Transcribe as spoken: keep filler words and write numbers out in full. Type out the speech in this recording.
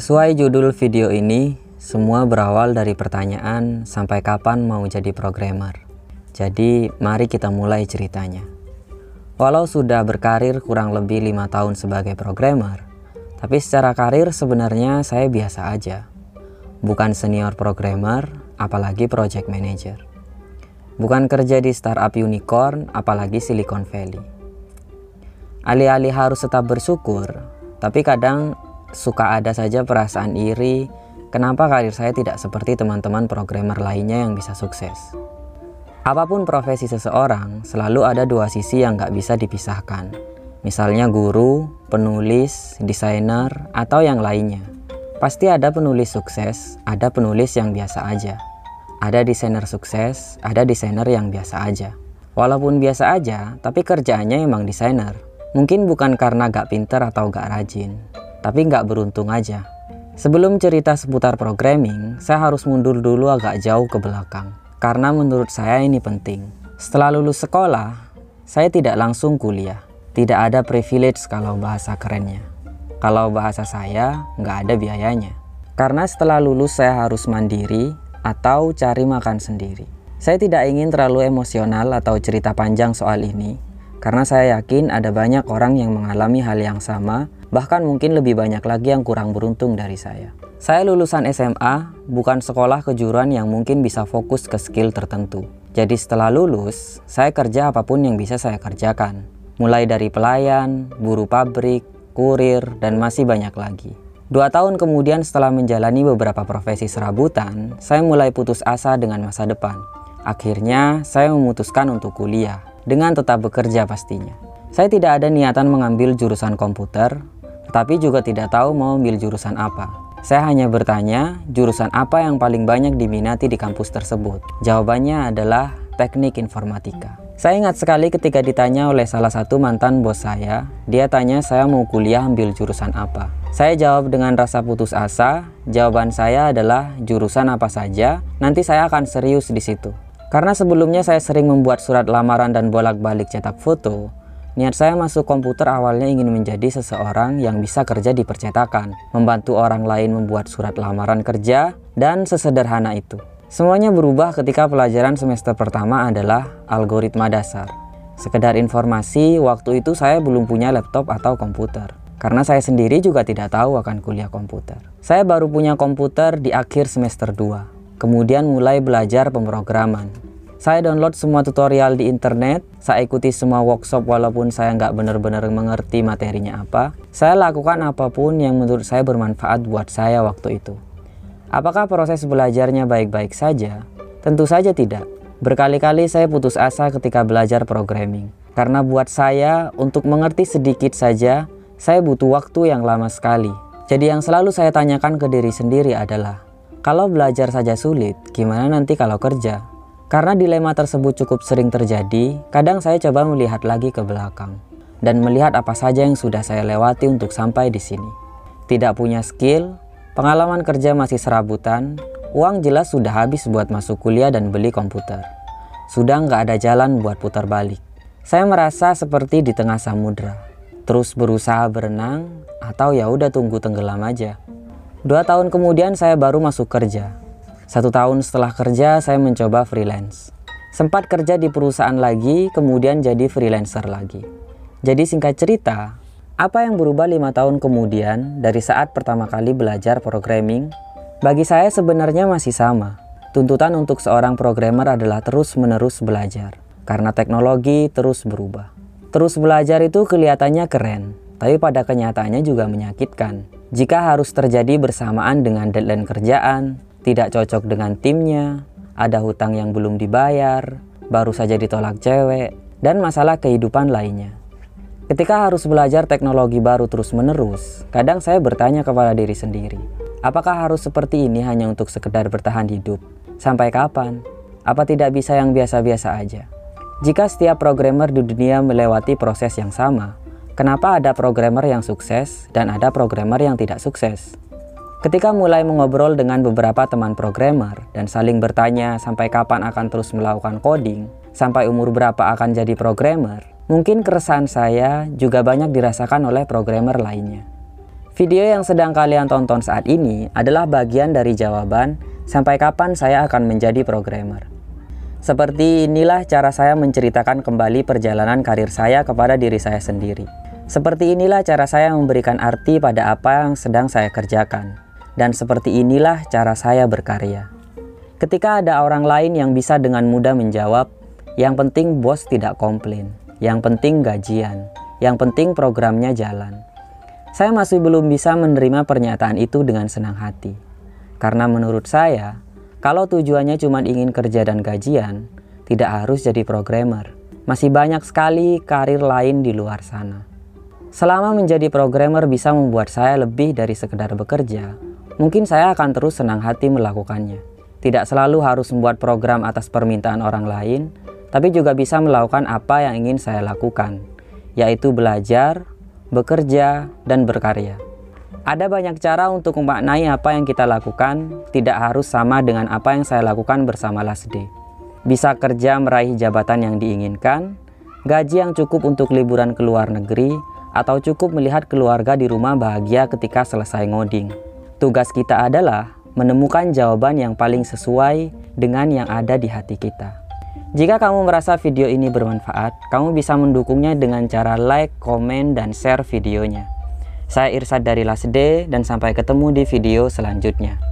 Sesuai judul video ini, semua berawal dari pertanyaan sampai kapan mau jadi programmer. Jadi mari kita mulai ceritanya. Walau sudah berkarir kurang lebih lima tahun sebagai programmer, tapi secara karir sebenarnya saya biasa aja. Bukan senior programmer, apalagi project manager. Bukan kerja di startup unicorn, apalagi Silicon Valley. Alih-alih harus tetap bersyukur, tapi kadang suka ada saja perasaan iri kenapa karir saya tidak seperti teman-teman programmer lainnya yang bisa sukses. Apapun profesi seseorang, selalu ada dua sisi yang gak bisa dipisahkan. Misalnya guru, penulis, desainer, atau yang lainnya. Pasti ada penulis sukses, ada penulis yang biasa aja. Ada desainer sukses, ada desainer yang biasa aja. Walaupun biasa aja, tapi kerjaannya emang desainer. Mungkin bukan karena gak pinter atau gak rajin, tapi nggak beruntung aja. Sebelum cerita seputar programming, saya harus mundur dulu agak jauh ke belakang. Karena menurut saya ini penting. Setelah lulus sekolah, saya tidak langsung kuliah. Tidak ada privilege kalau bahasa kerennya. Kalau bahasa saya, nggak ada biayanya. Karena setelah lulus saya harus mandiri atau cari makan sendiri. Saya tidak ingin terlalu emosional atau cerita panjang soal ini. Karena saya yakin ada banyak orang yang mengalami hal yang sama, bahkan mungkin lebih banyak lagi yang kurang beruntung dari saya. Saya lulusan S M A, bukan sekolah kejuruan yang mungkin bisa fokus ke skill tertentu. Jadi setelah lulus, saya kerja apapun yang bisa saya kerjakan. Mulai dari pelayan, buruh pabrik, kurir, dan masih banyak lagi. Dua tahun kemudian setelah menjalani beberapa profesi serabutan, saya mulai putus asa dengan masa depan. Akhirnya, saya memutuskan untuk kuliah. Dengan tetap bekerja pastinya. Saya tidak ada niatan mengambil jurusan komputer, tetapi juga tidak tahu mau ambil jurusan apa. Saya hanya bertanya, jurusan apa yang paling banyak diminati di kampus tersebut. Jawabannya adalah teknik informatika. Saya ingat sekali ketika ditanya oleh salah satu mantan bos saya, dia tanya saya mau kuliah ambil jurusan apa. Saya jawab dengan rasa putus asa, jawaban saya adalah jurusan apa saja, nanti saya akan serius di situ. Karena sebelumnya saya sering membuat surat lamaran dan bolak-balik cetak foto, niat saya masuk komputer awalnya ingin menjadi seseorang yang bisa kerja di percetakan, membantu orang lain membuat surat lamaran kerja, dan sesederhana itu. Semuanya berubah ketika pelajaran semester pertama adalah algoritma dasar. Sekedar informasi, waktu itu saya belum punya laptop atau komputer. Karena saya sendiri juga tidak tahu akan kuliah komputer. Saya baru punya komputer di akhir semester dua. Kemudian mulai belajar pemrograman. Saya download semua tutorial di internet, saya ikuti semua workshop walaupun saya nggak benar-benar mengerti materinya apa. Saya lakukan apapun yang menurut saya bermanfaat buat saya waktu itu. Apakah proses belajarnya baik-baik saja? Tentu saja tidak. Berkali-kali saya putus asa ketika belajar programming. Karena buat saya, untuk mengerti sedikit saja, saya butuh waktu yang lama sekali. Jadi yang selalu saya tanyakan ke diri sendiri adalah, kalau belajar saja sulit, gimana nanti kalau kerja? Karena dilema tersebut cukup sering terjadi, kadang saya coba melihat lagi ke belakang dan melihat apa saja yang sudah saya lewati untuk sampai di sini. Tidak punya skill, pengalaman kerja masih serabutan, uang jelas sudah habis buat masuk kuliah dan beli komputer. Sudah nggak ada jalan buat putar balik. Saya merasa seperti di tengah samudra, terus berusaha berenang atau ya udah tunggu tenggelam aja. Dua tahun kemudian saya baru masuk kerja. Satu tahun setelah kerja saya mencoba freelance. Sempat kerja di perusahaan lagi, kemudian jadi freelancer lagi. Jadi singkat cerita, apa yang berubah lima tahun kemudian dari saat pertama kali belajar programming? Bagi saya sebenarnya masih sama. Tuntutan untuk seorang programmer adalah terus-menerus belajar. Karena teknologi terus berubah. Terus belajar itu kelihatannya keren, tapi pada kenyataannya juga menyakitkan. Jika harus terjadi bersamaan dengan deadline kerjaan, tidak cocok dengan timnya, ada hutang yang belum dibayar, baru saja ditolak cewek, dan masalah kehidupan lainnya. Ketika harus belajar teknologi baru terus-menerus, kadang saya bertanya kepada diri sendiri, apakah harus seperti ini hanya untuk sekedar bertahan hidup? Sampai kapan? Apa tidak bisa yang biasa-biasa aja? Jika setiap programmer di dunia melewati proses yang sama, kenapa ada programmer yang sukses dan ada programmer yang tidak sukses? Ketika mulai mengobrol dengan beberapa teman programmer dan saling bertanya sampai kapan akan terus melakukan coding, sampai umur berapa akan jadi programmer, mungkin keresahan saya juga banyak dirasakan oleh programmer lainnya. Video yang sedang kalian tonton saat ini adalah bagian dari jawaban sampai kapan saya akan menjadi programmer. Seperti inilah cara saya menceritakan kembali perjalanan karir saya kepada diri saya sendiri. Seperti inilah cara saya memberikan arti pada apa yang sedang saya kerjakan. Dan seperti inilah cara saya berkarya. Ketika ada orang lain yang bisa dengan mudah menjawab, yang penting bos tidak komplain, yang penting gajian, yang penting programnya jalan. Saya masih belum bisa menerima pernyataan itu dengan senang hati. Karena menurut saya, kalau tujuannya cuma ingin kerja dan gajian, tidak harus jadi programmer. Masih banyak sekali karir lain di luar sana. Selama menjadi programmer bisa membuat saya lebih dari sekedar bekerja, mungkin saya akan terus senang hati melakukannya. Tidak selalu harus membuat program atas permintaan orang lain, tapi juga bisa melakukan apa yang ingin saya lakukan, yaitu belajar, bekerja, dan berkarya. Ada banyak cara untuk memaknai apa yang kita lakukan, tidak harus sama dengan apa yang saya lakukan bersama Lasde. Bisa kerja meraih jabatan yang diinginkan, gaji yang cukup untuk liburan ke luar negeri, atau cukup melihat keluarga di rumah bahagia ketika selesai ngoding. Tugas kita adalah menemukan jawaban yang paling sesuai dengan yang ada di hati kita. Jika kamu merasa video ini bermanfaat, kamu bisa mendukungnya dengan cara like, komen, dan share videonya. Saya Irsad dari Lasde dan sampai ketemu di video selanjutnya.